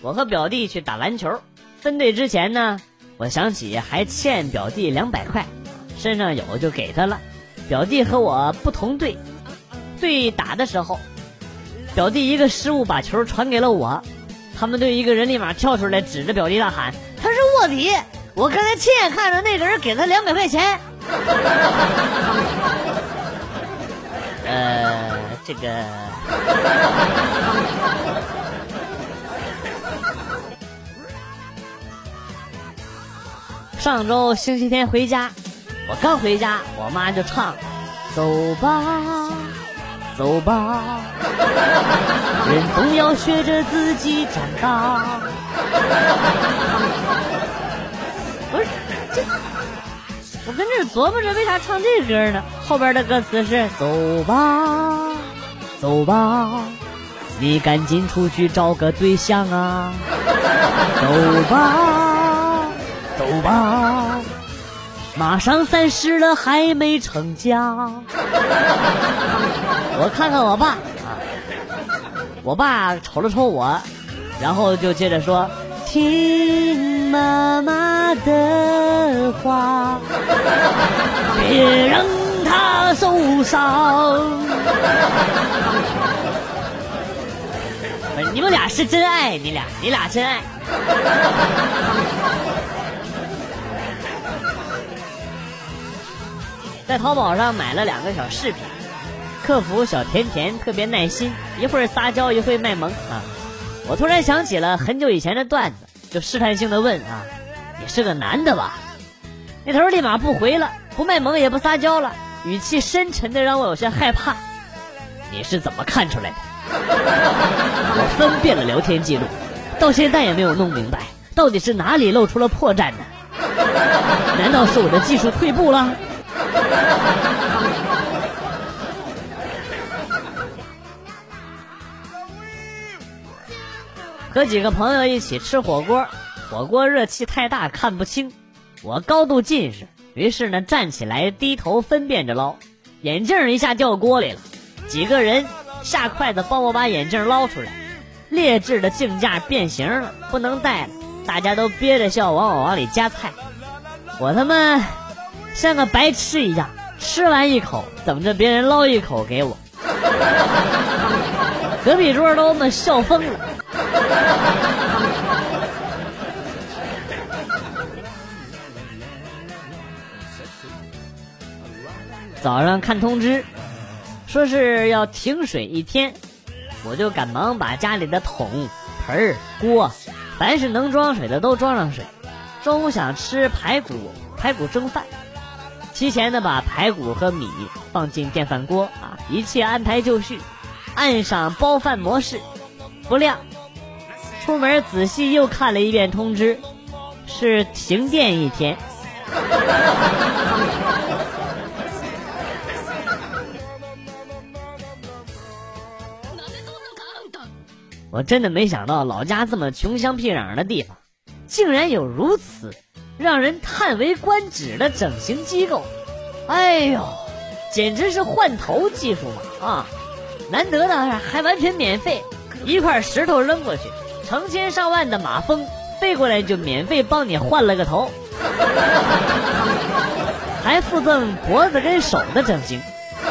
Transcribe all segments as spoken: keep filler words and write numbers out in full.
我和表弟去打篮球，分队之前呢，我想起还欠表弟两百块，身上有就给他了。表弟和我不同队，对打的时候，表弟一个失误把球传给了我，他们队一个人立马跳出来指着表弟大喊：“他是卧底！我刚才亲眼看着那个人给他两百块钱。”呃，这个。上周星期天回家，我刚回家，我妈就唱：“走吧，走吧，人总要学着自己长大。”不是这，我跟这琢磨着为啥唱这歌呢？后边的歌词是：“走吧，走吧，你赶紧出去找个对象啊！走吧，走吧，马上三十了还没成家。”我看看我爸啊，我爸瞅了瞅我，然后就接着说：“听妈妈的话，别让她受伤。”你们俩是真爱，你俩，你俩真爱。在淘宝上买了两个小饰品，客服小甜甜特别耐心，一会儿撒娇一会儿卖萌啊。我突然想起了很久以前的段子，就试探性的问啊：“你是个男的吧？”那头立马不回了，不卖萌也不撒娇了，语气深沉的让我有些害怕。“你是怎么看出来的？”我分辨了聊天记录，到现在也没有弄明白到底是哪里露出了破绽呢？难道是我的技术退步了？和几个朋友一起吃火锅，火锅热气太大看不清，我高度近视，于是呢站起来低头分辨着捞，眼镜一下掉锅里了，几个人下筷子帮我把眼镜捞出来，劣质的镜架变形了，不能戴了，大家都憋着笑往我往里夹菜，我他妈像个白痴一样吃完一口，等着别人捞一口给我。隔壁桌都们笑疯了。早上看通知说是要停水一天，我就赶忙把家里的桶、盆、锅，凡是能装水的都装上水。中午想吃排骨，排骨蒸饭，提前的把排骨和米放进电饭锅啊，一切安排就绪，按上包饭模式，不亮。出门仔细又看了一遍通知，是停电一天。我真的没想到老家这么穷乡僻壤的地方，竟然有如此让人叹为观止的整形机构。哎呦，简直是换头技术嘛啊！难得的还完全免费，一块石头扔过去，成千上万的马蜂飞过来就免费帮你换了个头，还附赠脖子跟手的整形。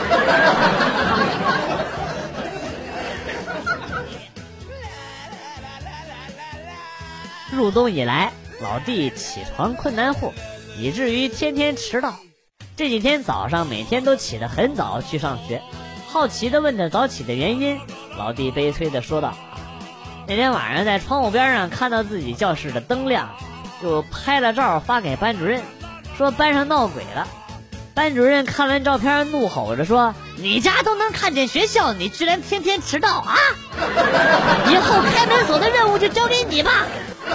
入冬以来，老弟起床困难户，以至于天天迟到。这几天早上每天都起得很早去上学，好奇地问着早起的原因，老弟悲催地说道：那天晚上在窗户边上看到自己教室的灯亮，就拍了照发给班主任，说班上闹鬼了。班主任看完照片怒吼着说：你家都能看见学校，你居然天天迟到啊！以后开门锁的任务就交给你吧。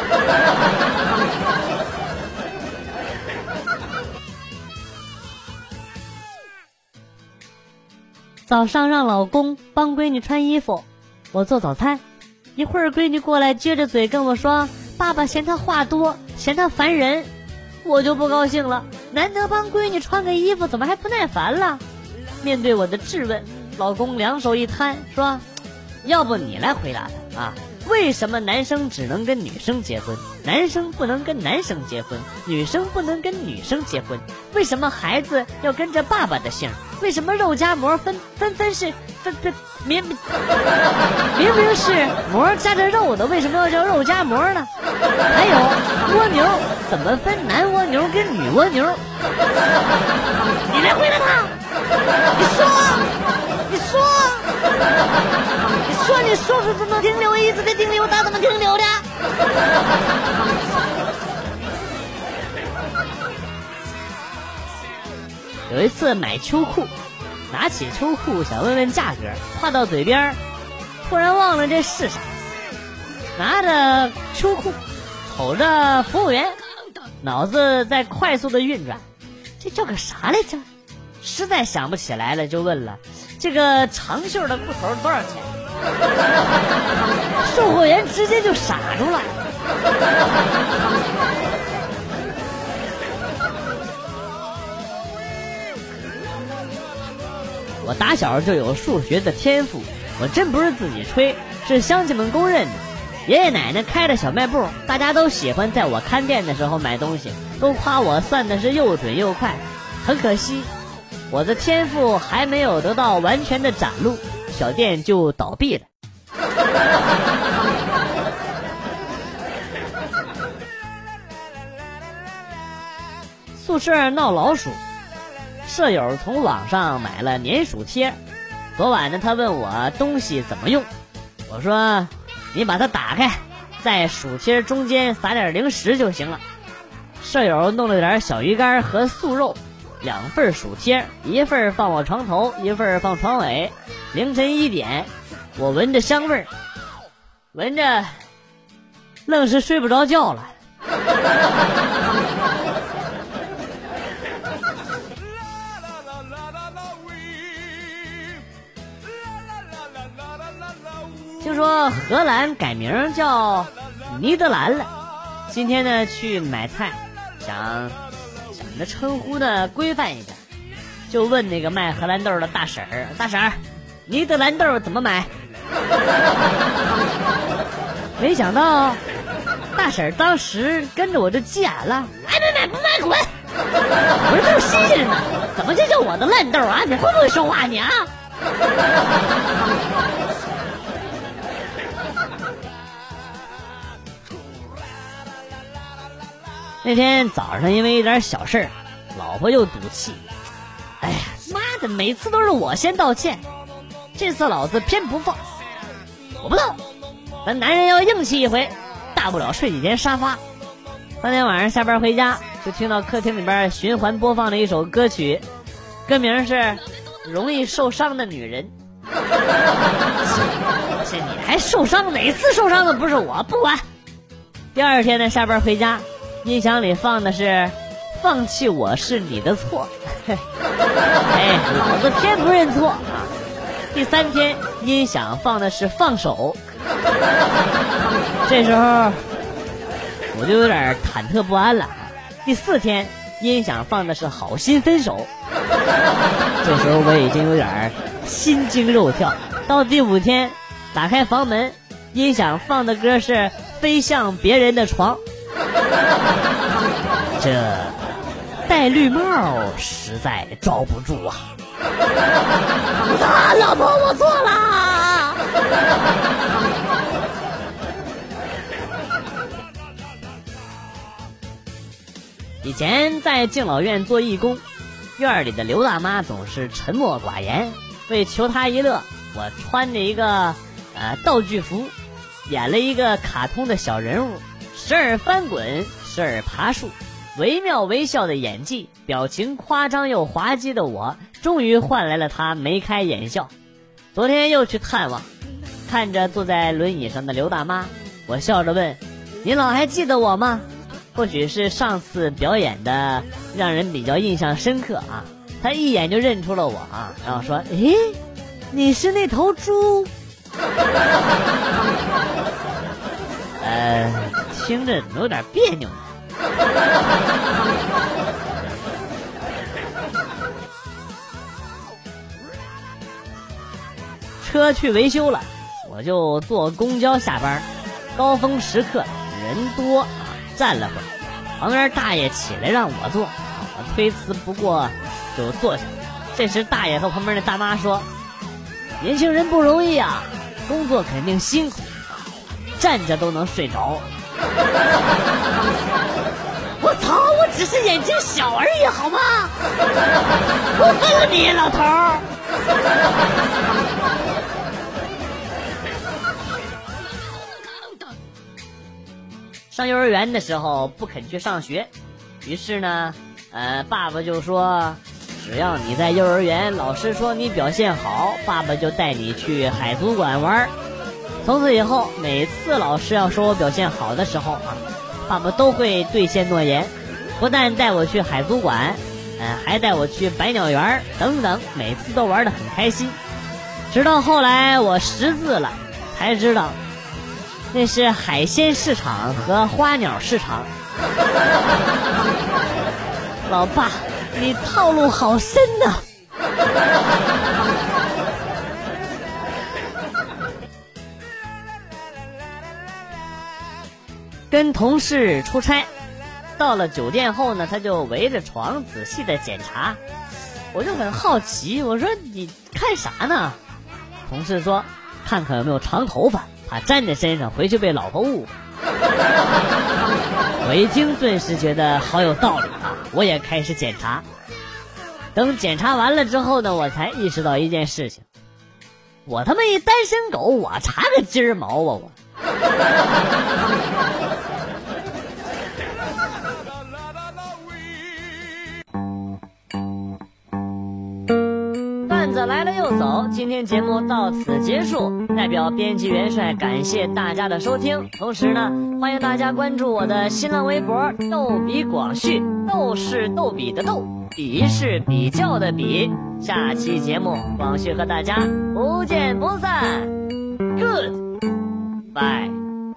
早上让老公帮闺女穿衣服，我做早餐，一会儿闺女过来撅着嘴跟我说爸爸嫌她话多，嫌她烦人，我就不高兴了，难得帮闺女穿个衣服怎么还不耐烦了？面对我的质问，老公两手一摊说：要不你来回答他啊， 为什么男生只能跟女生结婚，男生不能跟男生结婚，女生不能跟女生结婚？为什么孩子要跟着爸爸的姓？为什么肉夹馍分分分是分分明明明明是馍夹着肉的，为什么要叫肉夹馍呢？还有蜗牛怎么分男蜗牛跟女蜗牛？你来回答他，你说，你说。你说你说说怎么停留，一直在停留，他怎么停留的？有一次买秋裤，拿起秋裤想问问价格，话到嘴边，突然忘了这是啥。拿着秋裤，瞅着服务员，脑子在快速的运转，这叫个啥来着？实在想不起来了，就问了。这个长袖的裤头多少钱？售货员直接就傻住了。我打小就有数学的天赋，我真不是自己吹，是乡亲们公认的。爷爷奶奶开着小卖部，大家都喜欢在我看店的时候买东西，都夸我算的是又准又快。很可惜，我的天赋还没有得到完全的展露，小店就倒闭了。宿舍闹老鼠，舍友从网上买了粘鼠贴，昨晚呢他问我东西怎么用，我说你把它打开，在鼠贴中间撒点零食就行了。舍友弄了点小鱼干和素肉，两份薯贴，一份放我床头，一份放床尾。凌晨一点，我闻着香味儿，闻着愣是睡不着觉了。听说荷兰改名叫尼德兰了，今天呢去买菜，想想那称呼呢规范一点，就问那个卖荷兰豆的大婶儿，大婶儿，尼德兰豆怎么买？没想到大婶儿当时跟着我就急眼了，买买买不买滚！我这豆新鲜的，怎么就叫我的烂豆啊？你会不会说话你啊？那天早上因为一点小事儿，老婆又赌气。哎呀，妈的，每次都是我先道歉，这次老子偏不放。我不道，咱男人要硬气一回，大不了睡几天沙发。当天晚上下班回家，就听到客厅里边循环播放了一首歌曲，歌名是《容易受伤的女人》。这你还受伤？哪次受伤的不是我？不管。第二天呢，下班回家，音响里放的是放弃我是你的错。哎，老子偏不认错啊。第三天音响放的是放手，这时候我就有点忐忑不安了。第四天音响放的是好心分手，这时候我已经有点心惊肉跳。到第五天打开房门，音响放的歌是飞向别人的床。这戴绿帽实在招不住啊！啊，老婆，我错了。以前在敬老院做义工，院里的刘大妈总是沉默寡言。为求她一乐，我穿着一个呃道具服，演了一个卡通的小人物，时而翻滚，时而爬树。惟妙惟肖的演技，表情夸张又滑稽的我，终于换来了他眉开眼笑。昨天又去探望，看着坐在轮椅上的刘大妈，我笑着问：您老还记得我吗？或许是上次表演的让人比较印象深刻啊，他一眼就认出了我啊，然后说：诶，你是那头猪。呃，听着怎么有点别扭呢？车去维修了，我就坐公交下班。 高峰时刻人多啊，站了会儿，旁边大爷起来让我坐，我推辞不过就坐下。这时大爷和旁边的大妈说：“年轻人不容易啊，工作肯定辛苦，站着都能睡着。”我操！我只是眼睛小而已，好吗？我恨了你，老头儿！上幼儿园的时候不肯去上学，于是呢，呃，爸爸就说，只要你在幼儿园，老师说你表现好，爸爸就带你去海族馆玩。从此以后，每次老师要说我表现好的时候啊，爸爸都会兑现诺言，不但带我去海族馆，呃，还带我去百鸟园等等，每次都玩得很开心。直到后来我识字了，才知道那是海鲜市场和花鸟市场。老爸，你套路好深呐！跟同事出差，到了酒店后呢，他就围着床仔细的检查，我就很好奇，我说你看啥呢？同事说看看有没有长头发，怕粘在身上回去被老婆误。我一听顿时觉得好有道理啊，我也开始检查。等检查完了之后呢，我才意识到一件事情，我他妈一单身狗，我查个鸡毛啊我。段子来了又走，今天节目到此结束，代表编辑元帅感谢大家的收听，同时呢，欢迎大家关注我的新浪微博逗比广旭，逗是逗比的逗，比是比较的比。下期节目广旭和大家不见不散。 Goodbye。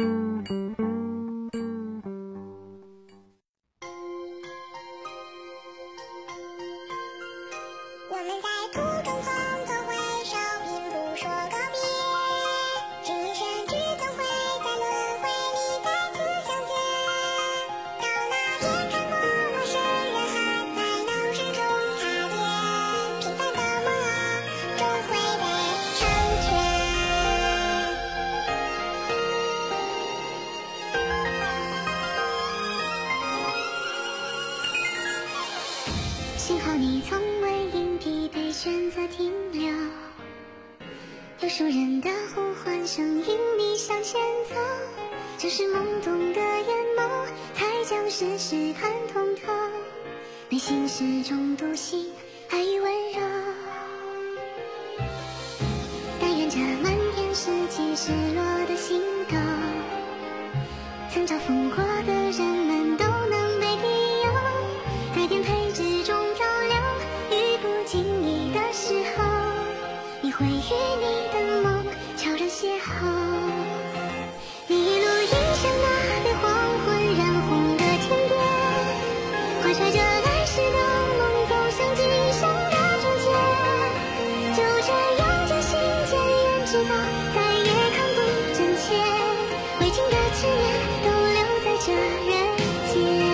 我们在途中匆匆挥手，并不说告别，只身只总会在轮回里再次相见。到那天，看过陌生人还在闹市中擦肩，平凡的梦啊，终会被成全。幸好你从未因疲惫选择停留，有熟人的呼唤声引你向前走，就是懵懂的眼眸才将世事看通透，内心始终笃信爱与温柔。但愿这满天拾起失落的星斗，曾遭风过的人们都能被庇佑，在颠沛之中漂流，于不经意的时候，你会与你的梦悄然邂逅。你一路迎向那被黄昏染红的天边，怀揣着来时的梦走向今生的终结，就这样渐行渐远，直到再也看不真切，未尽的执念都留在这人间。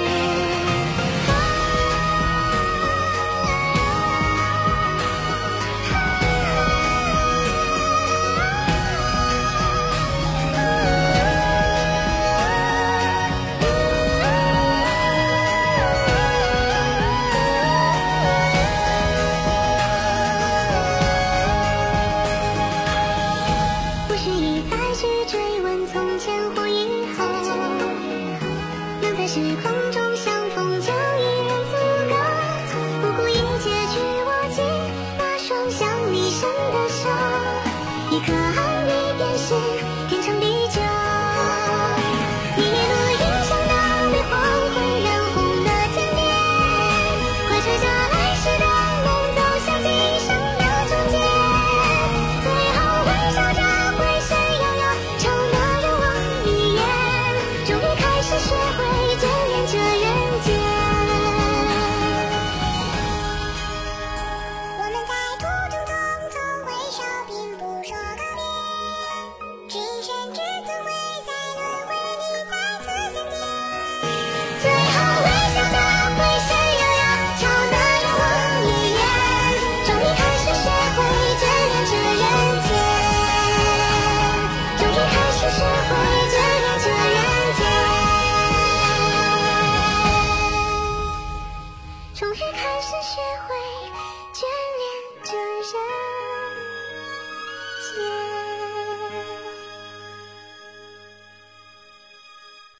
不需一再去追问从前或以后，能在时空中